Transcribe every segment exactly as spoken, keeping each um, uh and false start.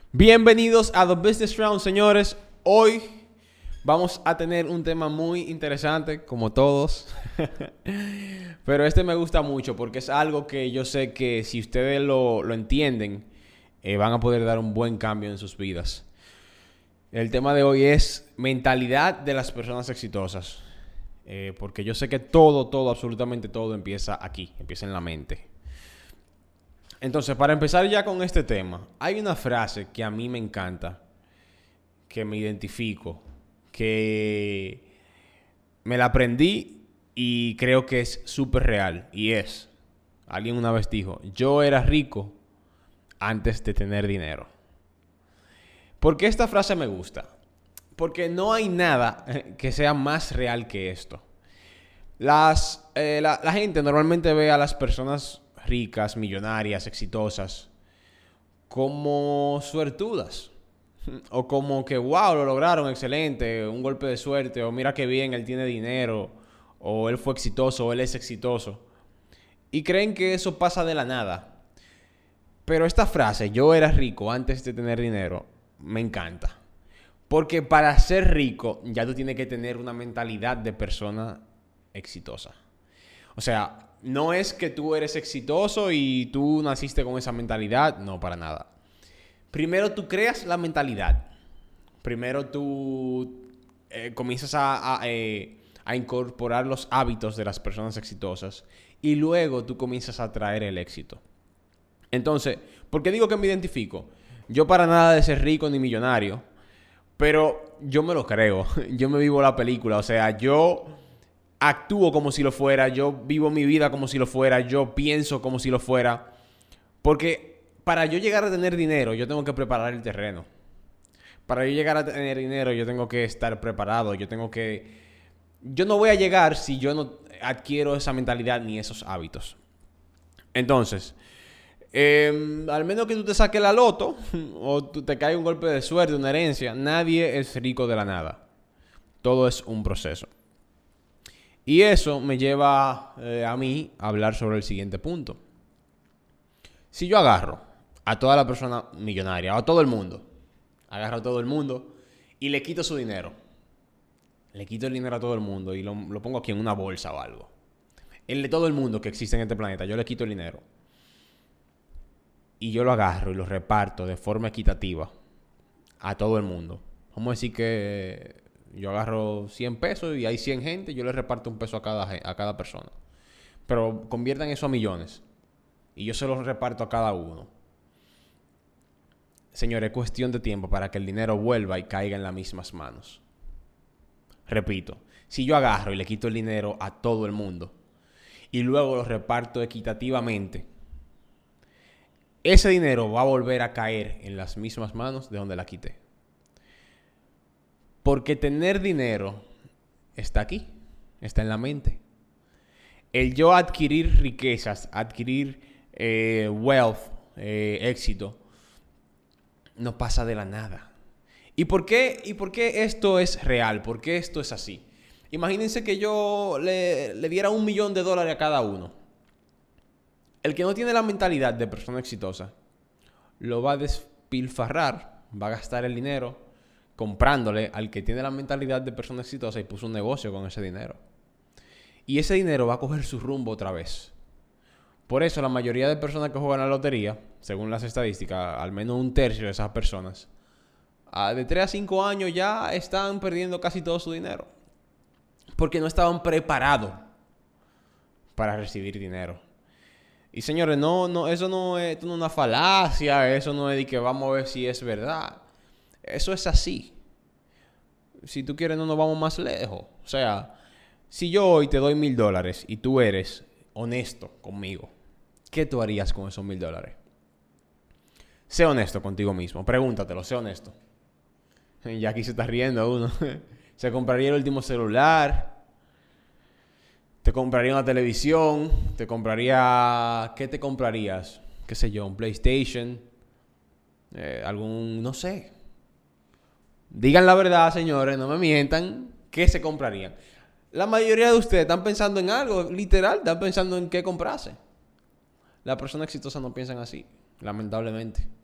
Bienvenidos a The Business Round, señores. Hoy vamos a tener un tema muy interesante, como todos. Pero este me gusta mucho porque es algo que yo sé que si ustedes lo, lo entienden, eh, van a poder dar un buen cambio en sus vidas. El tema de hoy es mentalidad de las personas exitosas. Eh, porque yo sé que todo, todo, absolutamente todo empieza aquí, empieza en la mente. Entonces, para empezar ya con este tema, hay una frase que a mí me encanta, que me identifico, que me la aprendí y creo que es súper real. Y es, alguien una vez dijo, yo era rico antes de tener dinero. ¿Por qué esta frase me gusta? Porque no hay nada que sea más real que esto. Las, eh, la, la gente normalmente ve a las personas ricas, millonarias, exitosas, como suertudas. O como que, wow, lo lograron, excelente, un golpe de suerte, o mira qué bien, él tiene dinero, o él fue exitoso, o él es exitoso. Y creen que eso pasa de la nada. Pero esta frase, yo era rico antes de tener dinero, me encanta. Porque para ser rico, ya tú tienes que tener una mentalidad de persona exitosa. O sea, no es que tú eres exitoso y tú naciste con esa mentalidad. No, para nada. Primero tú creas la mentalidad. Primero tú eh, comienzas a, a, eh, a incorporar los hábitos de las personas exitosas. Y luego tú comienzas a traer el éxito. Entonces, ¿por qué digo que me identifico? Yo para nada de ser rico ni millonario. Pero yo me lo creo. Yo me vivo la película. O sea, yo actúo como si lo fuera, yo vivo mi vida como si lo fuera, yo pienso como si lo fuera. Porque para yo llegar a tener dinero, yo tengo que preparar el terreno. Para yo llegar a tener dinero, yo tengo que estar preparado, yo tengo que... Yo no voy a llegar si yo no adquiero esa mentalidad ni esos hábitos. Entonces, eh, al menos que tú te saques la loto o tú te caiga un golpe de suerte, una herencia, nadie es rico de la nada. Todo es un proceso. Y eso me lleva eh, a mí a hablar sobre el siguiente punto. Si yo agarro a toda la persona millonaria, a todo el mundo, agarro a todo el mundo y le quito su dinero. Le quito el dinero a todo el mundo y lo, lo pongo aquí en una bolsa o algo. El de todo el mundo que existe en este planeta, yo le quito el dinero. Y yo lo agarro y lo reparto de forma equitativa a todo el mundo. Vamos a decir que... yo agarro cien pesos y hay cien gente, yo le reparto un peso a cada, a cada persona. Pero conviertan eso a millones. Y yo se los reparto a cada uno. Señores, es cuestión de tiempo para que el dinero vuelva y caiga en las mismas manos. Repito, si yo agarro y le quito el dinero a todo el mundo y luego lo reparto equitativamente, ese dinero va a volver a caer en las mismas manos de donde la quité. Porque tener dinero está aquí, está en la mente. El yo adquirir riquezas, adquirir eh, wealth, eh, éxito, no pasa de la nada. ¿Y por qué, ¿Y por qué esto es real? ¿Por qué esto es así? Imagínense que yo le, le diera un millón de dólares a cada uno. El que no tiene la mentalidad de persona exitosa, lo va a despilfarrar, va a gastar el dinero comprándole al que tiene la mentalidad de persona exitosa y puso un negocio con ese dinero. Y ese dinero va a coger su rumbo otra vez. Por eso la mayoría de personas que juegan a la lotería, según las estadísticas, al menos un tercio de esas personas, de tres a cinco años ya están perdiendo casi todo su dinero. Porque no estaban preparados para recibir dinero. Y señores, no, no, eso no es, esto no es una falacia, eso no es de que vamos a ver si es verdad. Eso es así. Si tú quieres, no nos vamos más lejos. O sea, si yo hoy te doy mil dólares y tú eres honesto conmigo, ¿qué tú harías con esos mil dólares? Sé honesto contigo mismo. Pregúntatelo, sé honesto. Y aquí se está riendo uno. Se compraría el último celular. Te compraría una televisión. Te compraría... ¿Qué te comprarías? ¿Qué sé yo? Un PlayStation. Eh, algún... No sé. Digan la verdad, señores, no me mientan. ¿Qué se comprarían? La mayoría de ustedes están pensando en algo, literal, están pensando en qué comprarse. Las personas exitosas no piensan así, lamentablemente.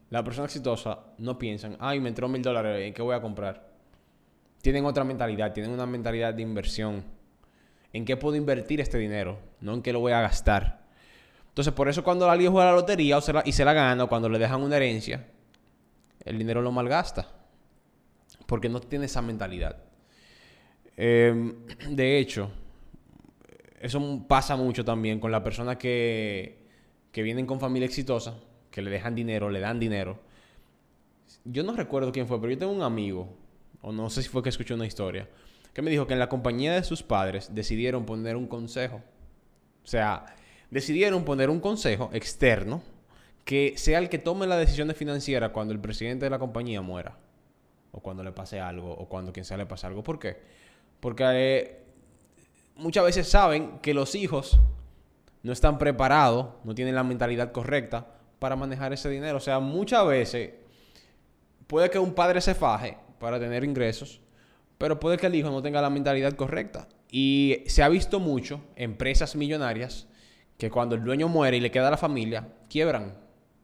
Las personas exitosas no piensan, ay, me entró mil dólares, ¿en qué voy a comprar? Tienen otra mentalidad, tienen una mentalidad de inversión. ¿En qué puedo invertir este dinero? No en qué lo voy a gastar. Entonces, por eso cuando alguien juega la lotería o se la, y se la gana, o cuando le dejan una herencia, el dinero lo malgasta. Porque no tiene esa mentalidad. Eh, de hecho, eso pasa mucho también con las personas que, que vienen con familia exitosa, que le dejan dinero, le dan dinero. Yo no recuerdo quién fue, pero yo tengo un amigo, o no sé si fue que escuché una historia, que me dijo que en la compañía de sus padres decidieron poner un consejo. O sea, decidieron poner un consejo externo que sea el que tome las decisiones financieras cuando el presidente de la compañía muera. O cuando le pase algo, o cuando quien sea le pase algo. ¿Por qué? Porque eh, muchas veces saben que los hijos no están preparados, no tienen la mentalidad correcta para manejar ese dinero. O sea, muchas veces puede que un padre se faje para tener ingresos, pero puede que el hijo no tenga la mentalidad correcta. Y se ha visto mucho empresas millonarias que cuando el dueño muere y le queda a la familia, quiebran.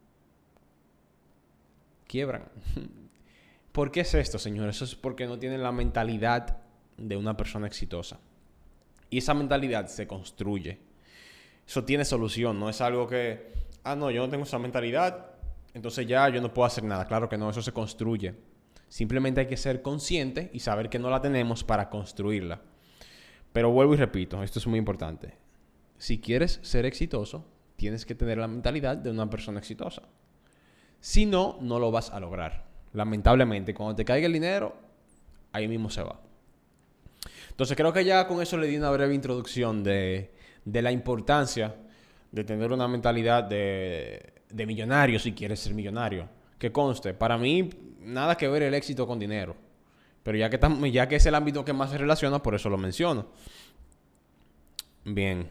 Quiebran. ¿Por qué es esto, señores? Eso es porque no tienen la mentalidad de una persona exitosa. Y esa mentalidad se construye. Eso tiene solución, no es algo que, ah, no, yo no tengo esa mentalidad, entonces ya yo no puedo hacer nada. Claro que no, eso se construye. Simplemente hay que ser consciente y saber que no la tenemos para construirla. Pero vuelvo y repito, esto es muy importante. Si quieres ser exitoso, tienes que tener la mentalidad de una persona exitosa. Si no, no lo vas a lograr. Lamentablemente, cuando te caiga el dinero, ahí mismo se va. Entonces creo que ya con eso le di una breve introducción de, de la importancia de tener una mentalidad de, de millonario si quieres ser millonario. Que conste, para mí nada que ver el éxito con dinero. Pero ya que, tam, ya que es el ámbito que más se relaciona, por eso lo menciono. Bien.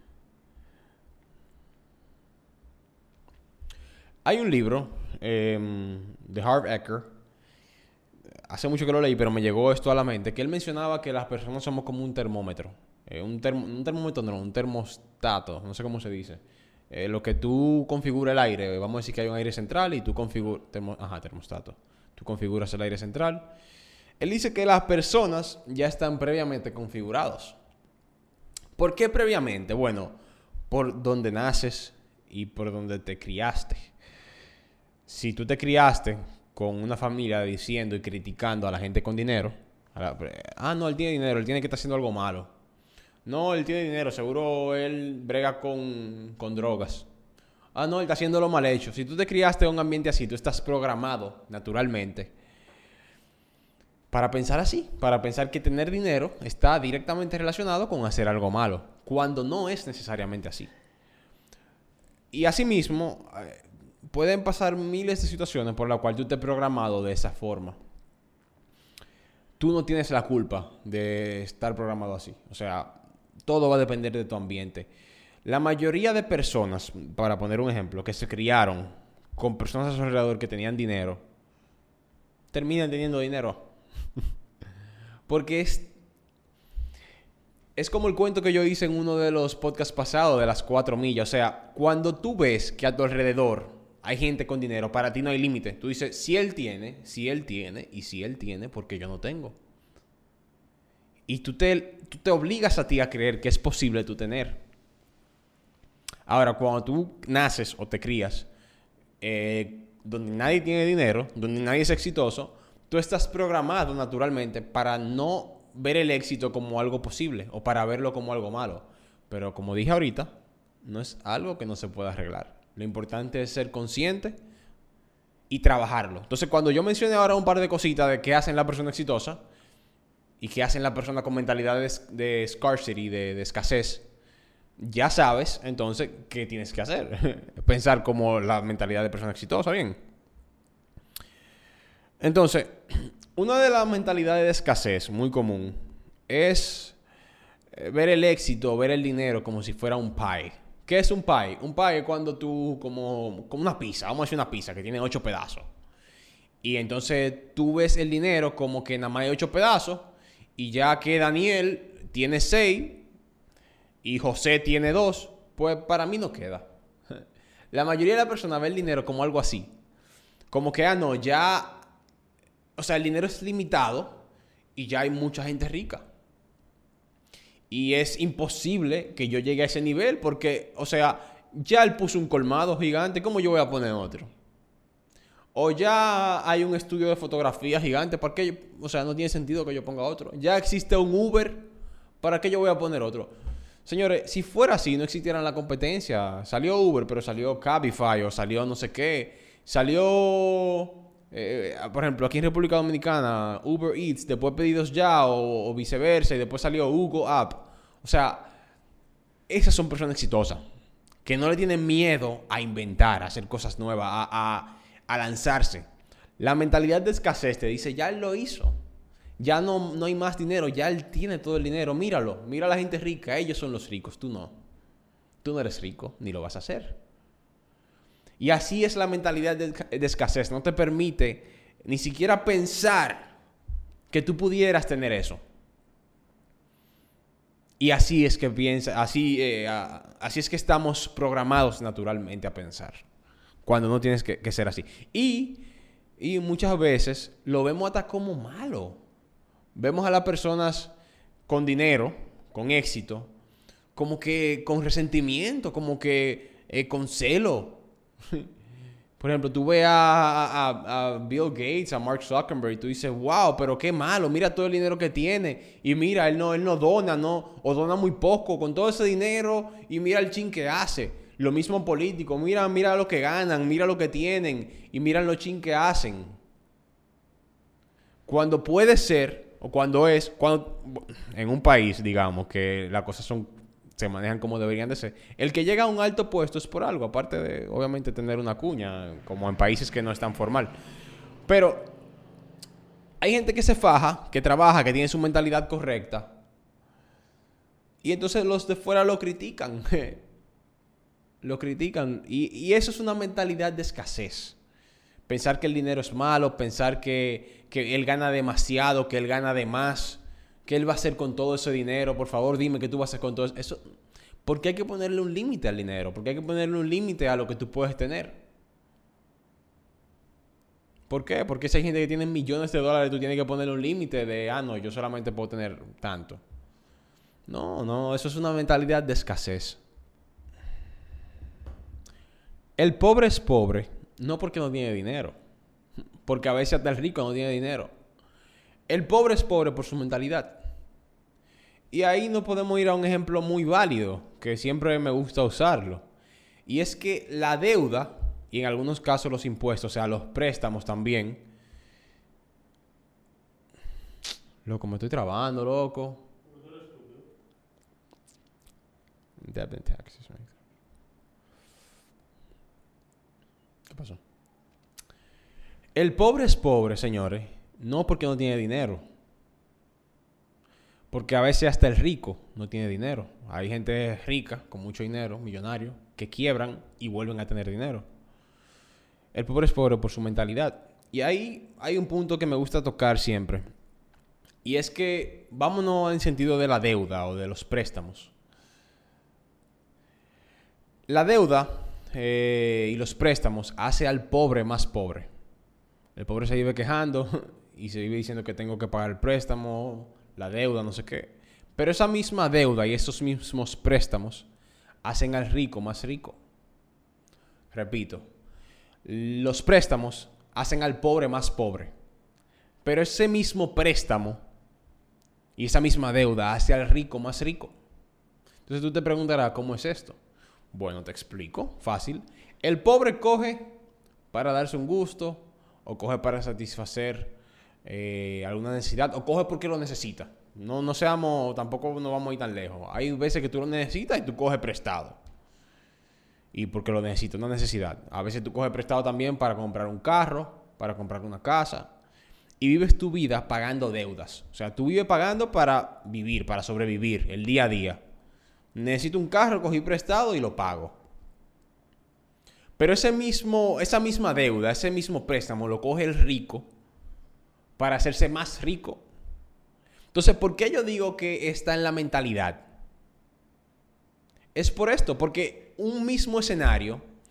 Hay un libro eh, de Harv Eker. Hace mucho que lo leí, pero me llegó esto a la mente. Que él mencionaba que las personas somos como un termómetro. Eh, un, term, un termómetro no, un termostato. No sé cómo se dice. Eh, lo que tú configuras el aire. Vamos a decir que hay un aire central y tú configuras... Termo, ajá, termostato. Tú configuras el aire central. Él dice que las personas ya están previamente configurados. ¿Por qué previamente? Bueno, por donde naces y por donde te criaste. Si tú te criaste con una familia diciendo y criticando a la gente con dinero, la, ah, no, él tiene dinero, él tiene que estar haciendo algo malo. No, él tiene dinero, seguro él brega con, con drogas. Ah, no, él está haciendo lo mal hecho. Si tú te criaste en un ambiente así, tú estás programado naturalmente para pensar así, para pensar que tener dinero está directamente relacionado con hacer algo malo, cuando no es necesariamente así. Y asimismo, eh, pueden pasar miles de situaciones por las cuales tú te has programado de esa forma. Tú no tienes la culpa de estar programado así. O sea, todo va a depender de tu ambiente. La mayoría de personas, para poner un ejemplo, que se criaron con personas a su alrededor que tenían dinero, terminan teniendo dinero. Porque es, es como el cuento que yo hice en uno de los podcasts pasados de las cuatro millas. O sea, cuando tú ves que a tu alrededor hay gente con dinero, para ti no hay límite. Tú dices, si él tiene, si él tiene y si él tiene, porque yo no tengo. Y tú te, tú te obligas a ti a creer que es posible tú tener. Ahora, cuando tú naces o te crías eh, donde nadie tiene dinero, donde nadie es exitoso, tú estás programado naturalmente para no ver el éxito como algo posible o para verlo como algo malo. Pero como dije ahorita, no es algo que no se pueda arreglar. Lo importante es ser consciente y trabajarlo. Entonces, cuando yo mencioné ahora un par de cositas de qué hacen la persona exitosa y qué hacen la persona con mentalidad de, de scarcity, de, de escasez, ya sabes entonces qué tienes que hacer. Pensar como la mentalidad de persona exitosa, bien. Entonces, una de las mentalidades de escasez muy común es ver el éxito, ver el dinero como si fuera un pie. ¿Qué es un pie? Un pie es cuando tú, como, como una pizza, vamos a decir una pizza que tiene ocho pedazos. Y entonces tú ves el dinero como que nada más hay ocho pedazos y ya que Daniel tiene seis y José tiene dos, pues para mí no queda. La mayoría de las personas ve el dinero como algo así. Como que, ah, no, ya, o sea, el dinero es limitado y ya hay mucha gente rica. Y es imposible que yo llegue a ese nivel porque, o sea, ya él puso un colmado gigante, ¿cómo yo voy a poner otro? O ya hay un estudio de fotografía gigante, ¿para qué yo? O sea, no tiene sentido que yo ponga otro. Ya existe un Uber, ¿para qué yo voy a poner otro? Señores, si fuera así, no existiera la competencia. Salió Uber, pero salió Cabify o salió no sé qué. Salió, eh, por ejemplo, aquí en República Dominicana, Uber Eats, después Pedidos Ya o, o viceversa, y después salió Hugo App. O sea, esas son personas exitosas que no le tienen miedo a inventar, a hacer cosas nuevas, a, a, a lanzarse. La mentalidad de escasez te dice, ya él lo hizo. Ya no, no hay más dinero, ya él tiene todo el dinero. Míralo, mira a la gente rica, ellos son los ricos, tú no. Tú no eres rico, ni lo vas a hacer. Y así es la mentalidad de, de escasez. No te permite ni siquiera pensar que tú pudieras tener eso. Y así es que piensa, así, eh, así es que estamos programados naturalmente a pensar. Cuando no tienes que, que ser así. Y, y muchas veces lo vemos hasta como malo. Vemos a las personas con dinero, con éxito, como que con resentimiento, como que eh, con celo. Por ejemplo, tú ves a, a, a Bill Gates, a Mark Zuckerberg, y tú dices, wow, pero qué malo, mira todo el dinero que tiene. Y mira, él no, él no dona, no, o dona muy poco con todo ese dinero, y mira el chin que hace. Lo mismo político, mira, mira lo que ganan, mira lo que tienen, y mira lo chin que hacen. Cuando puede ser, o cuando es, cuando en un país, digamos, que las cosas son se manejan como deberían de ser. El que llega a un alto puesto es por algo, aparte de, obviamente, tener una cuña, como en países que no es tan formal. Pero hay gente que se faja, que trabaja, que tiene su mentalidad correcta. Y entonces los de fuera lo critican. Lo critican. Y, y eso es una mentalidad de escasez. Pensar que el dinero es malo, pensar que, que él gana demasiado, que él gana de más. ¿Qué él va a hacer con todo ese dinero? Por favor, dime qué tú vas a hacer con todo eso. ¿Por qué hay que ponerle un límite al dinero? ¿Por qué hay que ponerle un límite a lo que tú puedes tener? ¿Por qué? Porque si hay gente que tiene millones de dólares, tú tienes que ponerle un límite de, ah, no, yo solamente puedo tener tanto. No, no, eso es una mentalidad de escasez. El pobre es pobre, no porque no tiene dinero. Porque a veces hasta el rico no tiene dinero. El pobre es pobre por su mentalidad. Y ahí nos podemos ir a un ejemplo muy válido, que siempre me gusta usarlo. Y es que la deuda, y en algunos casos los impuestos, o sea, los préstamos también. Loco, me estoy trabando, loco. Debt and taxes, right? ¿Qué pasó? El pobre es pobre, señores, no porque no tiene dinero. Porque a veces hasta el rico no tiene dinero. Hay gente rica, con mucho dinero, millonarios, que quiebran y vuelven a tener dinero. El pobre es pobre por su mentalidad. Y ahí hay un punto que me gusta tocar siempre. Y es que vámonos en sentido de la deuda o de los préstamos. La deuda eh, y los préstamos hace al pobre más pobre. El pobre se vive quejando y se vive diciendo que tengo que pagar el préstamo, la deuda, no sé qué. Pero esa misma deuda y esos mismos préstamos hacen al rico más rico. Repito, los préstamos hacen al pobre más pobre. Pero ese mismo préstamo y esa misma deuda hace al rico más rico. Entonces tú te preguntarás, ¿cómo es esto? Bueno, te explico, fácil. El pobre coge para darse un gusto, o coge para satisfacer eh, alguna necesidad, o coge porque lo necesita. No, no seamos, tampoco nos vamos a ir tan lejos. Hay veces que tú lo necesitas y tú coges prestado. Y porque lo necesitas, una necesidad. A veces tú coges prestado también para comprar un carro, para comprar una casa. Y vives tu vida pagando deudas. O sea, tú vives pagando para vivir, para sobrevivir, el día a día. Necesito un carro, cogí prestado y lo pago. Pero ese mismo, esa misma deuda, ese mismo préstamo lo coge el rico para hacerse más rico. Entonces, ¿por qué yo digo que está en la mentalidad? Es por esto, porque un mismo escenario,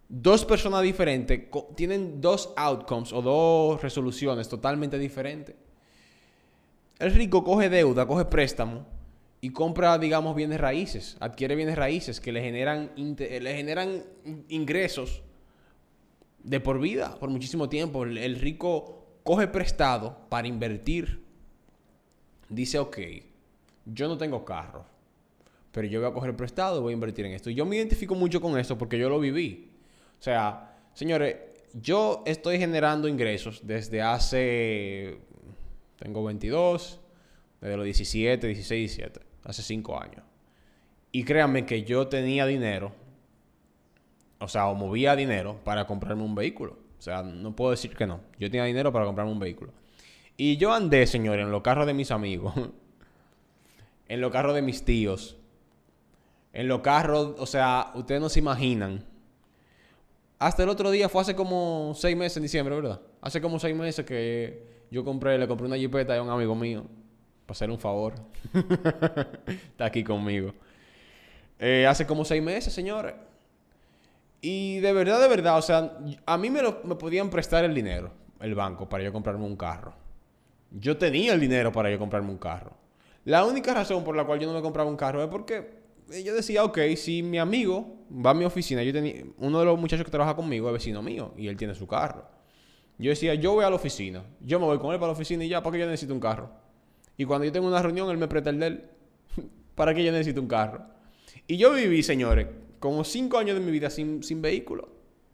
dos personas diferentes tienen dos outcomes o dos resoluciones totalmente diferentes. El rico coge deuda, coge préstamo y compra, digamos, bienes raíces, adquiere bienes raíces que le generan, le generan ingresos de por vida, por muchísimo tiempo. El, el rico coge prestado para invertir. Dice, ok, yo no tengo carro, pero yo voy a coger prestado y voy a invertir en esto. Y yo me identifico mucho con esto porque yo lo viví. O sea, señores, yo estoy generando ingresos desde hace... Tengo veintidós, desde los diecisiete, dieciséis, diecisiete, hace cinco años. Y créanme que yo tenía dinero, o sea, o movía dinero para comprarme un vehículo. O sea, no puedo decir que no. Yo tenía dinero para comprarme un vehículo. Y yo andé, señores, en los carros de mis amigos, en los carros de mis tíos, en los carros, o sea, ustedes no se imaginan. Hasta el otro día, fue hace como seis meses en diciembre, ¿verdad? Hace como seis meses que yo compré, le compré una jipeta a un amigo mío para hacerle un favor. Está aquí conmigo. Eh, hace como seis meses, señores. Y de verdad, de verdad, o sea, a mí me, lo, me podían prestar el dinero, el banco, para yo comprarme un carro. Yo tenía el dinero para yo comprarme un carro. La única razón por la cual yo no me compraba un carro es porque yo decía, ok, si mi amigo va a mi oficina, yo tenía, uno de los muchachos que trabaja conmigo es vecino mío y él tiene su carro. Yo decía, yo voy a la oficina, yo me voy con él para la oficina y ya, ¿para qué yo necesito un carro? Y cuando yo tengo una reunión, él me presta el de él. ¿Para qué yo necesito un carro? Y yo viví, señores, como cinco años de mi vida sin, sin vehículo.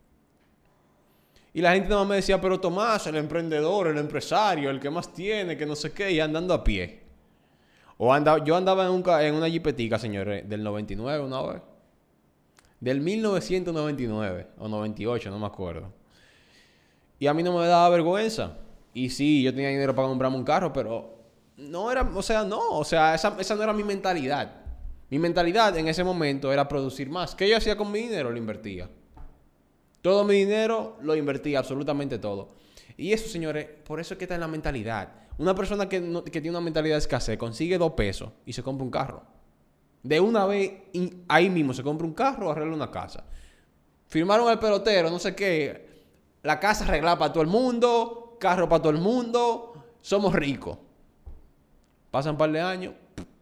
Y la gente nada más me decía, pero Tomás, el emprendedor, el empresario, el que más tiene, que no sé qué, y andando a pie. O andaba, yo andaba en, un, en una jipetica, señores, del noventa y nueve una vez. Del mil novecientos noventa y nueve o noventa y ocho, no me acuerdo. Y a mí no me daba vergüenza. Y sí, yo tenía dinero para comprarme un carro, pero no era, o sea, no, o sea, esa, esa no era mi mentalidad. Mi mentalidad en ese momento era producir más. ¿Qué yo hacía con mi dinero? Lo invertía. Todo mi dinero lo invertía, absolutamente todo. Y eso, señores, por eso es que está en la mentalidad. Una persona que, no, que tiene una mentalidad de escasez consigue dos pesos y se compra un carro. De una vez, ahí mismo se compra un carro o arregla una casa. Firmaron al pelotero, no sé qué. La casa arreglada para todo el mundo, carro para todo el mundo. Somos ricos. Pasan un par de años.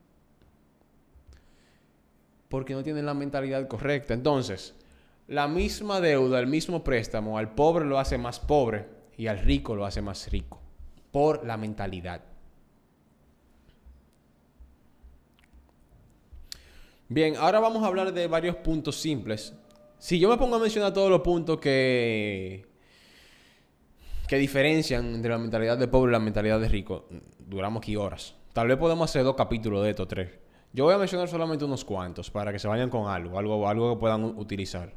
Porque no tienen la mentalidad correcta. Entonces, la misma deuda, el mismo préstamo, al pobre lo hace más pobre y al rico lo hace más rico. Por la mentalidad. Bien, ahora vamos a hablar de varios puntos simples. Si yo me pongo a mencionar todos los puntos que, que diferencian entre la mentalidad de pobre y la mentalidad de rico, duramos aquí horas. Tal vez podemos hacer dos capítulos de estos tres. Yo voy a mencionar solamente unos cuantos para que se vayan con algo, algo, algo que puedan utilizar.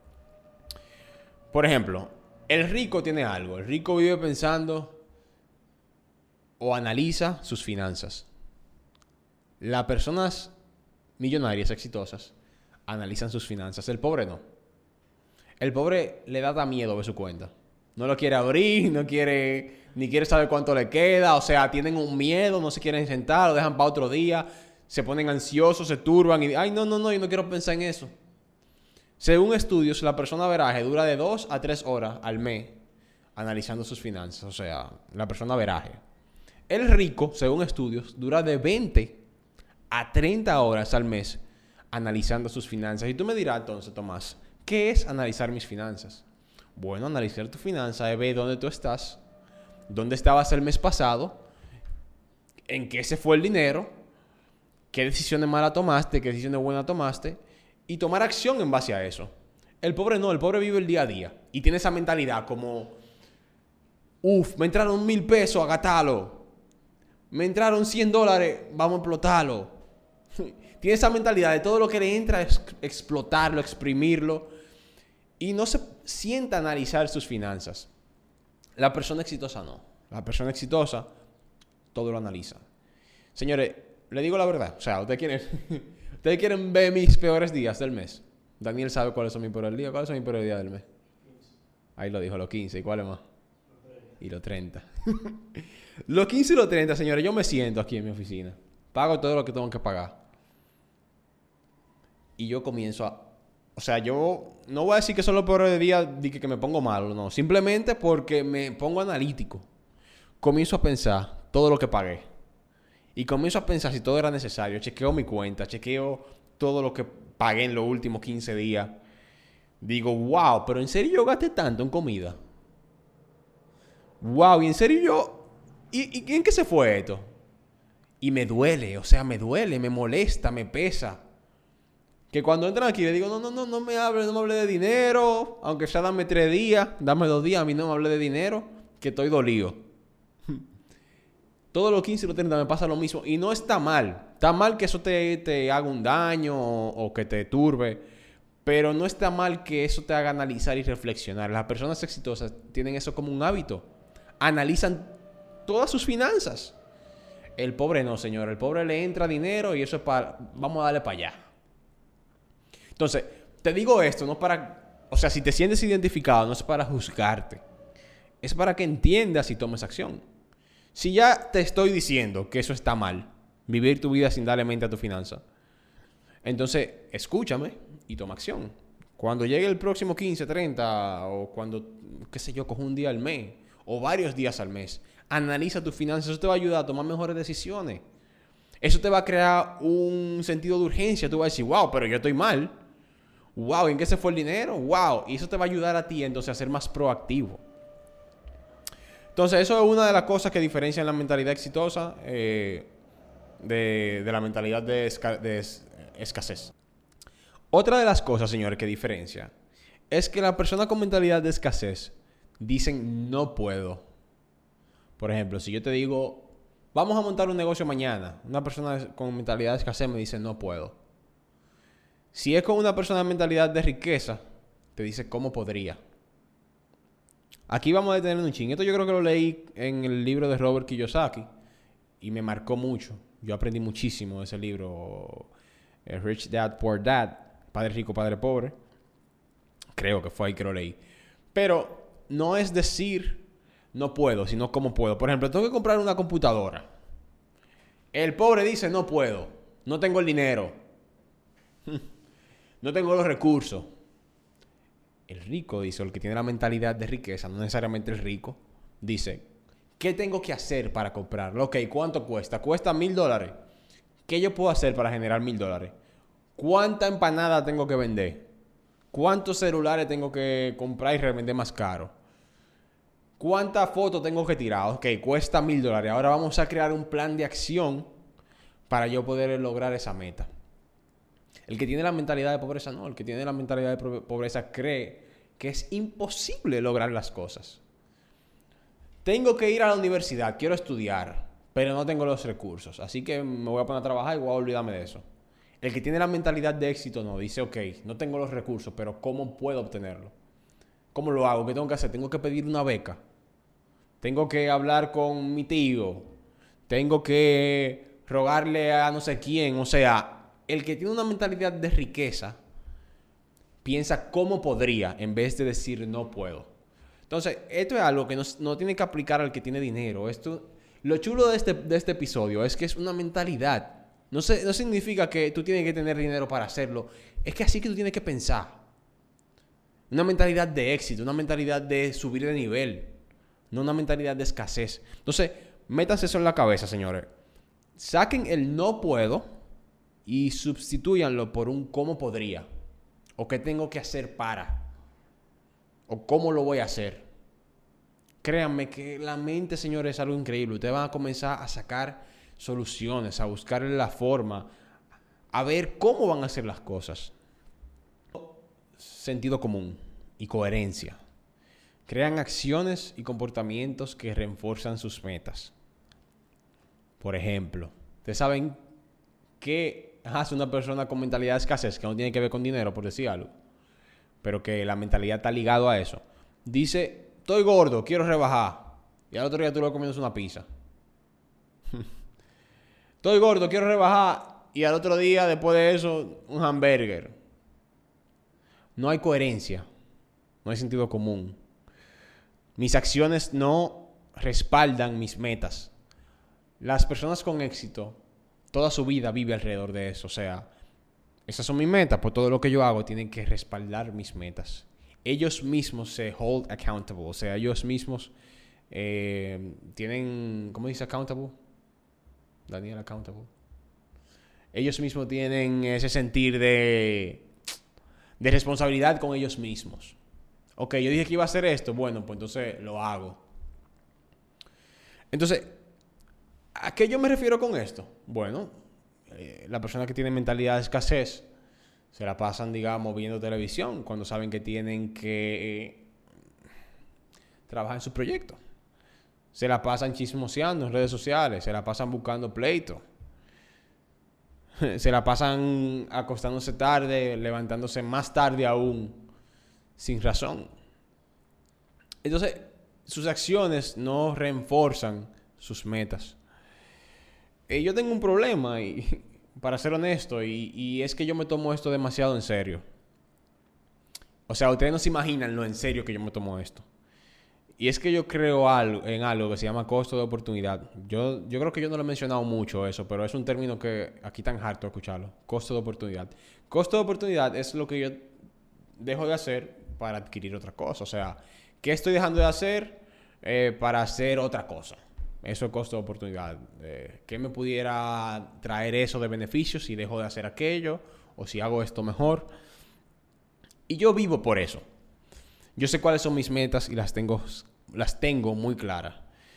Por ejemplo, el rico tiene algo. El rico vive pensando o analiza sus finanzas. Las personas millonarias, exitosas, analizan sus finanzas. El pobre no. El pobre le da miedo ver su cuenta. No lo quiere abrir, no quiere, ni quiere saber cuánto le queda. O sea, tienen un miedo, no se quieren sentar, lo dejan para otro día. Se ponen ansiosos, se turban y ay, no, no, no, yo no quiero pensar en eso. Según estudios, la persona veraje dura de dos a tres horas al mes analizando sus finanzas. O sea, la persona veraje. El rico, según estudios, dura de veinte a treinta horas al mes analizando sus finanzas. Y tú me dirás entonces, Tomás, ¿qué es analizar mis finanzas? Bueno, analizar tu finanza es ver dónde tú estás, dónde estabas el mes pasado, en qué se fue el dinero, qué decisiones malas tomaste, qué decisiones buenas tomaste, y tomar acción en base a eso. El pobre no, el pobre vive el día a día y tiene esa mentalidad como, uff, me entraron mil pesos, agátalo. Me entraron cien dólares, vamos a explotarlo. Tiene esa mentalidad de todo lo que le entra es explotarlo, exprimirlo. Y no se sienta a analizar sus finanzas. La persona exitosa no. La persona exitosa todo lo analiza. Señores, le digo la verdad. O sea, ustedes quieren, ustedes quieren ver mis peores días del mes. Daniel sabe cuáles son mis peores días. ¿Cuáles son mis peores días del mes? Ahí lo dijo, los quince. ¿Y cuáles más? Y los treinta. Los quince y los treinta, señores, yo me siento aquí en mi oficina. Pago todo lo que tengo que pagar. Y yo comienzo a... O sea, yo no voy a decir que son los peores días de que, que me pongo malo, no. Simplemente porque me pongo analítico. Comienzo a pensar todo lo que pagué. Y comienzo a pensar si todo era necesario. Chequeo mi cuenta, chequeo todo lo que pagué en los últimos quince días. Digo, wow, pero ¿en serio yo gasté tanto en comida? Wow, ¿y en serio yo? ¿Y, y en qué se fue esto? Y me duele, o sea, me duele, me molesta, me pesa. Que cuando entran aquí le digo, no, no, no, no me hable, no me hable de dinero. Aunque sea dame tres días, dame dos días, a mí no me hable de dinero, que estoy dolido. Todos los quince y los treinta me pasa lo mismo. Y no está mal. Está mal que eso te, te haga un daño o, o que te turbe. Pero no está mal que eso te haga analizar y reflexionar. Las personas exitosas tienen eso como un hábito. Analizan todas sus finanzas. El pobre no, señor. El pobre le entra dinero y eso es para... Vamos a darle para allá. Entonces, te digo esto, no para... O sea, si te sientes identificado, no es para juzgarte. Es para que entiendas y tomes acción. Si ya te estoy diciendo que eso está mal, vivir tu vida sin darle mente a tu finanza, entonces escúchame y toma acción. Cuando llegue el próximo quince, treinta o cuando, qué sé yo, cojo un día al mes o varios días al mes, analiza tus finanzas. Eso te va a ayudar a tomar mejores decisiones. Eso te va a crear un sentido de urgencia. Tú vas a decir, wow, pero yo estoy mal. Wow, ¿en qué se fue el dinero? Wow. Y eso te va a ayudar a ti entonces a ser más proactivo. Entonces, eso es una de las cosas que diferencian la mentalidad exitosa eh, de, de la mentalidad de, esca de es escasez. Otra de las cosas, señores, que diferencia es que las personas con mentalidad de escasez dicen no puedo. Por ejemplo, si yo te digo, vamos a montar un negocio mañana, una persona con mentalidad de escasez me dice no puedo. Si es con una persona de mentalidad de riqueza, te dice cómo podría. Aquí vamos a detener un ching. Esto yo creo que lo leí en el libro de Robert Kiyosaki y me marcó mucho. Yo aprendí muchísimo de ese libro, Rich Dad, Poor Dad, Padre Rico, Padre Pobre. Creo que fue ahí que lo leí. Pero no es decir no puedo, sino cómo puedo. Por ejemplo, tengo que comprar una computadora. El pobre dice no puedo, no tengo el dinero, no tengo los recursos. El rico dice, o el que tiene la mentalidad de riqueza, no necesariamente el rico, dice, ¿qué tengo que hacer para comprarlo? Ok, ¿cuánto cuesta? Cuesta mil dólares. ¿Qué yo puedo hacer para generar mil dólares? ¿Cuánta empanada tengo que vender? ¿Cuántos celulares tengo que comprar y revender más caro? ¿Cuántas fotos tengo que tirar? Ok, cuesta mil dólares. Ahora vamos a crear un plan de acción para yo poder lograr esa meta. El que tiene la mentalidad de pobreza no. El que tiene la mentalidad de pobreza cree que es imposible lograr las cosas. Tengo que ir a la universidad, quiero estudiar, pero no tengo los recursos. Así que me voy a poner a trabajar y voy a olvidarme de eso. El que tiene la mentalidad de éxito no. Dice, ok, no tengo los recursos, pero ¿cómo puedo obtenerlo? ¿Cómo lo hago? ¿Qué tengo que hacer? Tengo que pedir una beca. Tengo que hablar con mi tío. Tengo que rogarle a no sé quién. O sea... El que tiene una mentalidad de riqueza piensa cómo podría en vez de decir no puedo. Entonces, esto es algo que no, no tiene que aplicar al que tiene dinero. Esto, lo chulo de este, de este episodio es que es una mentalidad. No, se, no significa que tú tienes que tener dinero para hacerlo. Es que así que tú tienes que pensar. Una mentalidad de éxito, una mentalidad de subir de nivel, no una mentalidad de escasez. Entonces, métanse eso en la cabeza, señores. Saquen el no puedo y substitúyanlo por un cómo podría. O qué tengo que hacer para. O cómo lo voy a hacer. Créanme que la mente, señores, es algo increíble. Ustedes van a comenzar a sacar soluciones, a buscarle la forma, a ver cómo van a hacer las cosas. Sentido común y coherencia. Crean acciones y comportamientos que refuerzan sus metas. Por ejemplo, ustedes saben que hace una persona con mentalidad de escasez, que no tiene que ver con dinero, por decir algo, pero que la mentalidad está ligado a eso. Dice, estoy gordo, quiero rebajar. Y al otro día tú lo comienzas una pizza. Estoy gordo, quiero rebajar. Y al otro día, después de eso, un hamburger. No hay coherencia. No hay sentido común. Mis acciones no respaldan mis metas. Las personas con éxito, toda su vida vive alrededor de eso. O sea, esas son mis metas, pues todo lo que yo hago tiene que respaldar mis metas. Ellos mismos se hold accountable, o sea, ellos mismos eh, tienen, ¿cómo dice accountable? Daniel, accountable. Ellos mismos tienen ese sentir de, de responsabilidad con ellos mismos. Ok, yo dije que iba a hacer esto, bueno, pues entonces lo hago. Entonces, ¿a qué yo me refiero con esto? Bueno, eh, la persona que tiene mentalidad de escasez se la pasan, digamos, viendo televisión cuando saben que tienen que eh, trabajar en su proyecto. Se la pasan chismoseando en redes sociales, se la pasan buscando pleito. Se la pasan acostándose tarde, levantándose más tarde aún, sin razón. Entonces, sus acciones no reforzan sus metas. Eh, yo tengo un problema, y, para ser honesto, y, y es que yo me tomo esto demasiado en serio. O sea, ustedes no se imaginan lo en serio que yo me tomo esto. Y es que yo creo algo, en algo que se llama costo de oportunidad. Yo, yo creo que yo no lo he mencionado mucho eso, pero es un término que aquí tan harto escucharlo. Costo de oportunidad. Costo de oportunidad es lo que yo dejo de hacer para adquirir otra cosa. O sea, ¿qué estoy dejando de hacer eh, para hacer otra cosa? Eso es costo de oportunidad. Eh, ¿Qué me pudiera traer eso de beneficios si dejo de hacer aquello? O si hago esto mejor. Y yo vivo por eso. Yo sé cuáles son mis metas y las tengo, las tengo muy claras.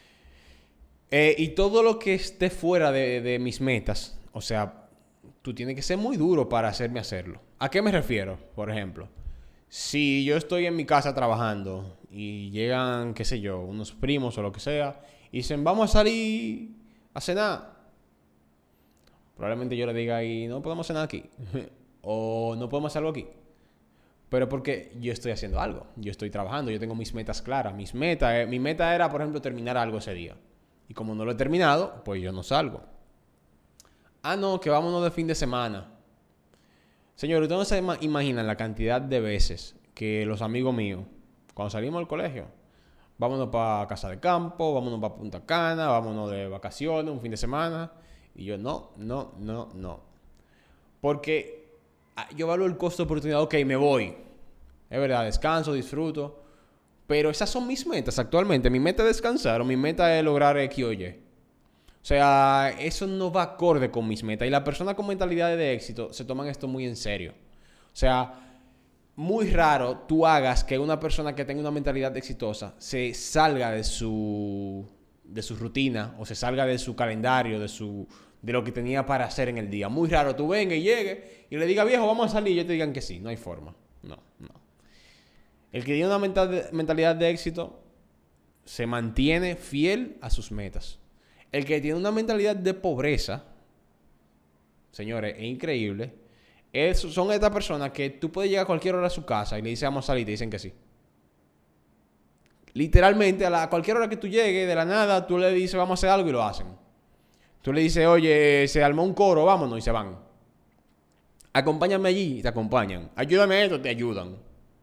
Eh, y todo lo que esté fuera de, de mis metas, o sea, tú tienes que ser muy duro para hacerme hacerlo. ¿A qué me refiero? Por ejemplo, si yo estoy en mi casa trabajando y llegan, qué sé yo, unos primos o lo que sea, y dicen, vamos a salir a cenar. Probablemente yo le diga, y no podemos cenar aquí. O no podemos hacer algo aquí. Pero porque yo estoy haciendo algo, yo estoy trabajando, yo tengo mis metas claras. Mis metas, eh, mi meta era, por ejemplo, terminar algo ese día. Y como no lo he terminado, pues yo no salgo. Ah, no, que vámonos de fin de semana. Señor, ustedes no se imaginan la cantidad de veces que los amigos míos, cuando salimos del colegio, vámonos para Casa de Campo, vámonos para Punta Cana, vámonos de vacaciones, un fin de semana. Y yo, no, no, no, no. Porque yo valoro el costo de oportunidad. Ok, me voy. Es verdad, descanso, disfruto. Pero esas son mis metas actualmente. Mi meta es descansar o mi meta es lograr X o Y. O sea, eso no va acorde con mis metas. Y las personas con mentalidad de éxito se toman esto muy en serio. O sea, muy raro tú hagas que una persona que tenga una mentalidad exitosa se salga de su, de su rutina o se salga de su calendario, de su... de lo que tenía para hacer en el día. Muy raro tú venga y llegue y le diga, viejo, vamos a salir, y ellos te digan que sí. No hay forma. No, no. El que tiene una mental, mentalidad de éxito se mantiene fiel a sus metas. El que tiene una mentalidad de pobreza, señores, es increíble. Es, son estas personas que tú puedes llegar a cualquier hora a su casa y le dices, vamos a salir, y te dicen que sí. Literalmente, a, la, a cualquier hora que tú llegues, de la nada, tú le dices, vamos a hacer algo, y lo hacen. Tú le dices, oye, se armó un coro, vámonos, y se van. Acompáñame allí, y te acompañan. Ayúdame a esto, te ayudan.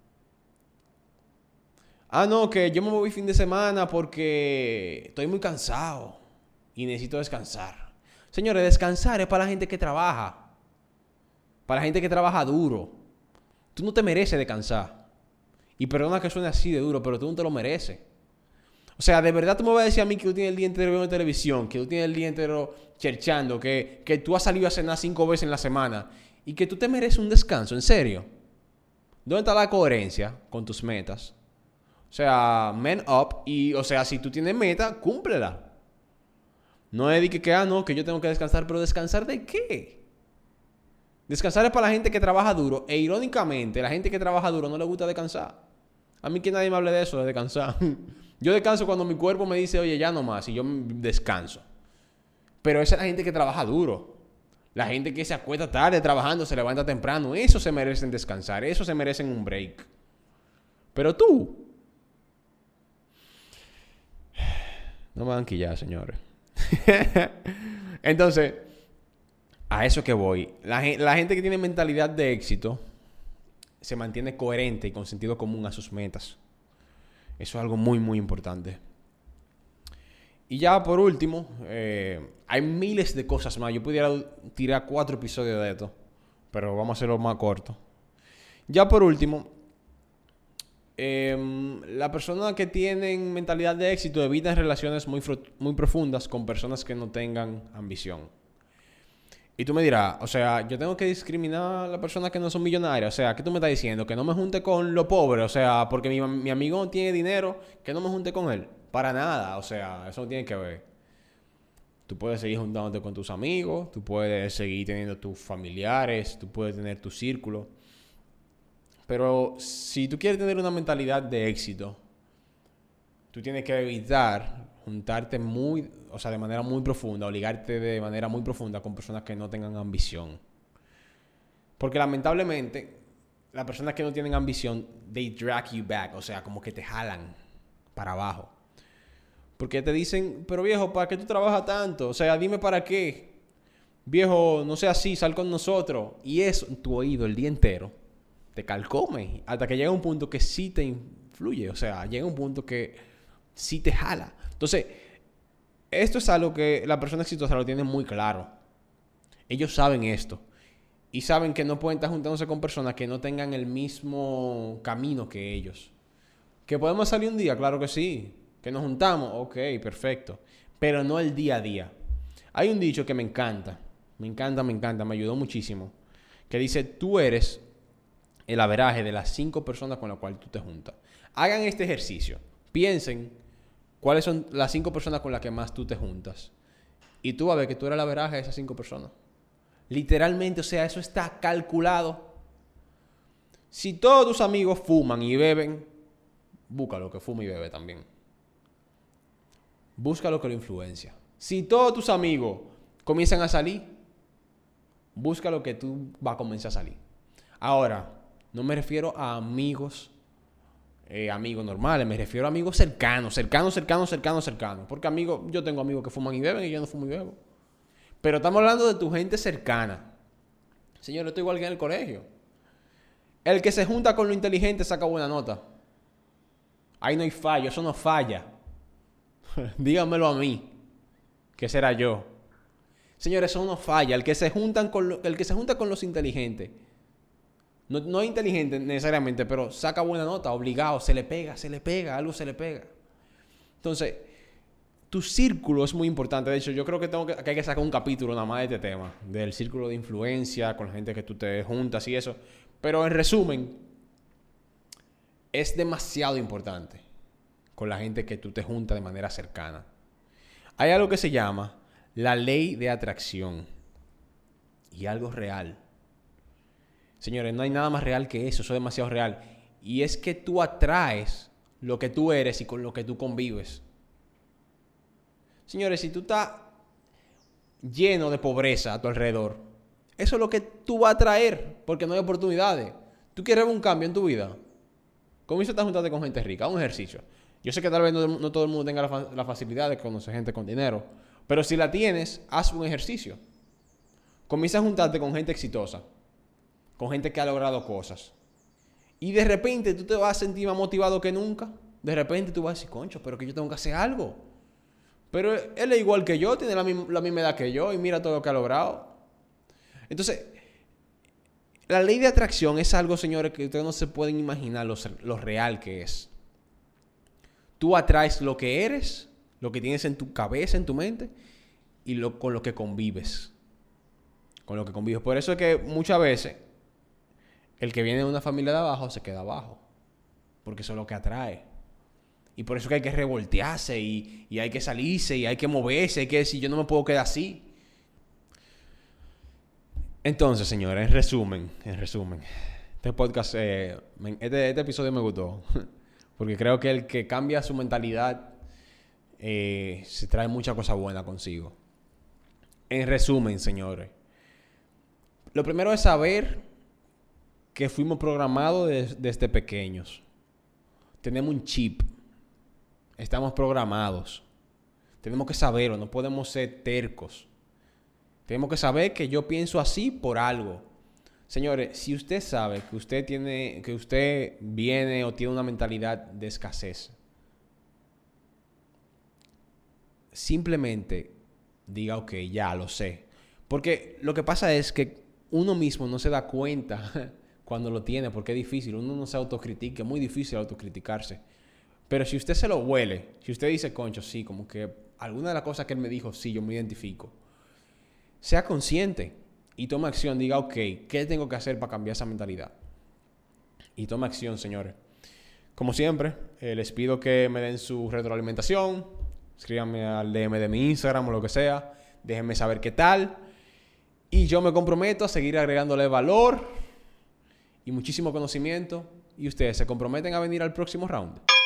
Ah, no, que yo me voy fin de semana porque estoy muy cansado y necesito descansar. Señores, descansar es para la gente que trabaja. Para la gente que trabaja duro. Tú no te mereces descansar. Y perdona que suene así de duro, pero tú no te lo mereces. O sea, de verdad tú me vas a decir a mí que tú tienes el día entero viendo televisión, que tú tienes el día entero cherchando, que, que tú has salido a cenar cinco veces en la semana y que tú te mereces un descanso, ¿en serio? ¿Dónde está la coherencia con tus metas? O sea, man up y, o sea, si tú tienes meta, cúmplela. No es de que, que, ah, no, que yo tengo que descansar, pero ¿descansar de qué? Descansar es para la gente que trabaja duro e irónicamente, la gente que trabaja duro no le gusta descansar. A mí que nadie me hable de eso, de descansar. Yo descanso cuando mi cuerpo me dice, oye, ya no más, y yo descanso. Pero esa es la gente que trabaja duro. La gente que se acuesta tarde trabajando, se levanta temprano. Eso se merecen descansar, eso se merecen un break. Pero tú... No me van a quillar, señores. Entonces, a eso que voy. La, la gente que tiene mentalidad de éxito se mantiene coherente y con sentido común a sus metas. Eso es algo muy, muy importante. Y ya por último, eh, hay miles de cosas más. Yo pudiera tirar cuatro episodios de esto. pero vamos a hacerlo más corto. Ya por último, eh, la persona que tienen mentalidad de éxito evitan relaciones muy, muy profundas con personas que no tengan ambición. Y tú me dirás, o sea, yo tengo que discriminar a las personas que no son millonarias. O sea, ¿qué tú me estás diciendo? Que no me junte con lo pobre. O sea, porque mi, mi amigo no tiene dinero, que no me junte con él. Para nada. O sea, eso no tiene que ver. Tú puedes seguir juntándote con tus amigos. Tú puedes seguir teniendo tus familiares. Tú puedes tener tu círculo. Pero si tú quieres tener una mentalidad de éxito, tú tienes que evitar juntarte muy, o sea, de manera muy profunda, obligarte de manera muy profunda con personas que no tengan ambición. Porque lamentablemente, las personas que no tienen ambición, they drag you back, o sea, como que te jalan para abajo. Porque te dicen, pero viejo, ¿para qué tú trabajas tanto? O sea, dime para qué. Viejo, no sea así, sal con nosotros. Y eso en tu oído el día entero te calcome hasta que llega un punto que sí te influye, o sea, llega un punto que sí te jala. Entonces, esto es algo que la persona exitosa lo tiene muy claro. Ellos saben esto y saben que no pueden estar juntándose con personas que no tengan el mismo camino que ellos. ¿Que podemos salir un día? Claro que sí. ¿Que nos juntamos? Ok, perfecto. Pero no el día a día. Hay un dicho que me encanta, me encanta, me encanta, me ayudó muchísimo, que dice, tú eres el averaje de las cinco personas con las cuales tú te juntas. Hagan este ejercicio. Piensen cuáles son las cinco personas con las que más tú te juntas. Y tú vas a ver que tú eres el averaje de esas cinco personas. Literalmente, o sea, eso está calculado. Si todos tus amigos fuman y beben, búscalo que fuma y bebe también. Búscalo que lo influencia. Si todos tus amigos comienzan a salir, búscalo que tú vas a comenzar a salir. Ahora, no me refiero a amigos, eh, amigos normales, me refiero a amigos cercanos, cercanos, cercanos, cercanos, cercanos. Porque amigos, yo tengo amigos que fuman y beben y yo no fumo y bebo. Pero estamos hablando de tu gente cercana. Señor, esto es igual que en el colegio. El que se junta con lo inteligente saca buena nota. Ahí no hay fallo, eso no falla. Díganmelo a mí, que será yo. Señores, eso no falla. El que se, juntan con lo, el que se junta con los inteligentes, no, no es inteligente necesariamente, pero saca buena nota, obligado, se le pega, se le pega, algo se le pega. Entonces, tu círculo es muy importante. De hecho, yo creo que, tengo que, que hay que sacar un capítulo nada más de este tema, del círculo de influencia, con la gente que tú te juntas y eso. Pero en resumen, es demasiado importante con la gente que tú te juntas de manera cercana. Hay algo que se llama la ley de atracción y algo real. Señores, no hay nada más real que eso, eso es demasiado real. Y es que tú atraes lo que tú eres y con lo que tú convives. Señores, si tú estás lleno de pobreza a tu alrededor, eso es lo que tú vas a atraer, porque no hay oportunidades. ¿Tú quieres ver un cambio en tu vida? Comienza a juntarte con gente rica, un ejercicio. Yo sé que tal vez no, no todo el mundo tenga la, fa- la facilidad de conocer gente con dinero, pero si la tienes, haz un ejercicio. Comienza a juntarte con gente exitosa, con gente que ha logrado cosas. Y de repente tú te vas a sentir más motivado que nunca. De repente tú vas a decir, concho, pero que yo tengo que hacer algo. Pero él es igual que yo, tiene la, misma, la misma edad que yo y mira todo lo que ha logrado. Entonces, la ley de atracción es algo, señores, que ustedes no se pueden imaginar lo, lo real que es. Tú atraes lo que eres, lo que tienes en tu cabeza, en tu mente, y lo, con lo que convives. Con lo que convives. Por eso es que muchas veces el que viene de una familia de abajo se queda abajo. Porque eso es lo que atrae. Y por eso es que hay que revoltearse y, y hay que salirse y hay que moverse. Hay que decir, yo no me puedo quedar así. Entonces, señores, en resumen, en resumen, este podcast, eh, este, este episodio me gustó. Porque creo que el que cambia su mentalidad eh, se trae mucha cosa buena consigo. En resumen, señores, lo primero es saber que fuimos programados de, desde pequeños. Tenemos un chip. Estamos programados. Tenemos que saberlo, no podemos ser tercos. Tenemos que saber que yo pienso así por algo. Señores, si usted sabe que usted tiene, que usted viene o tiene una mentalidad de escasez, simplemente diga, ok, ya lo sé. Porque lo que pasa es que uno mismo no se da cuenta cuando lo tiene, porque es difícil. Uno no se autocritica, es muy difícil autocriticarse. Pero si usted se lo huele, si usted dice, concho, sí, como que alguna de las cosas que él me dijo, sí, yo me identifico. Sea consciente y tome acción. Diga, ok, ¿qué tengo que hacer para cambiar esa mentalidad? Y tome acción, señores. Como siempre, eh, les pido que me den su retroalimentación. Escríbanme al D M de mi Instagram o lo que sea. Déjenme saber qué tal. Y yo me comprometo a seguir agregándole valor y muchísimo conocimiento. Y ustedes se comprometen a venir al próximo round.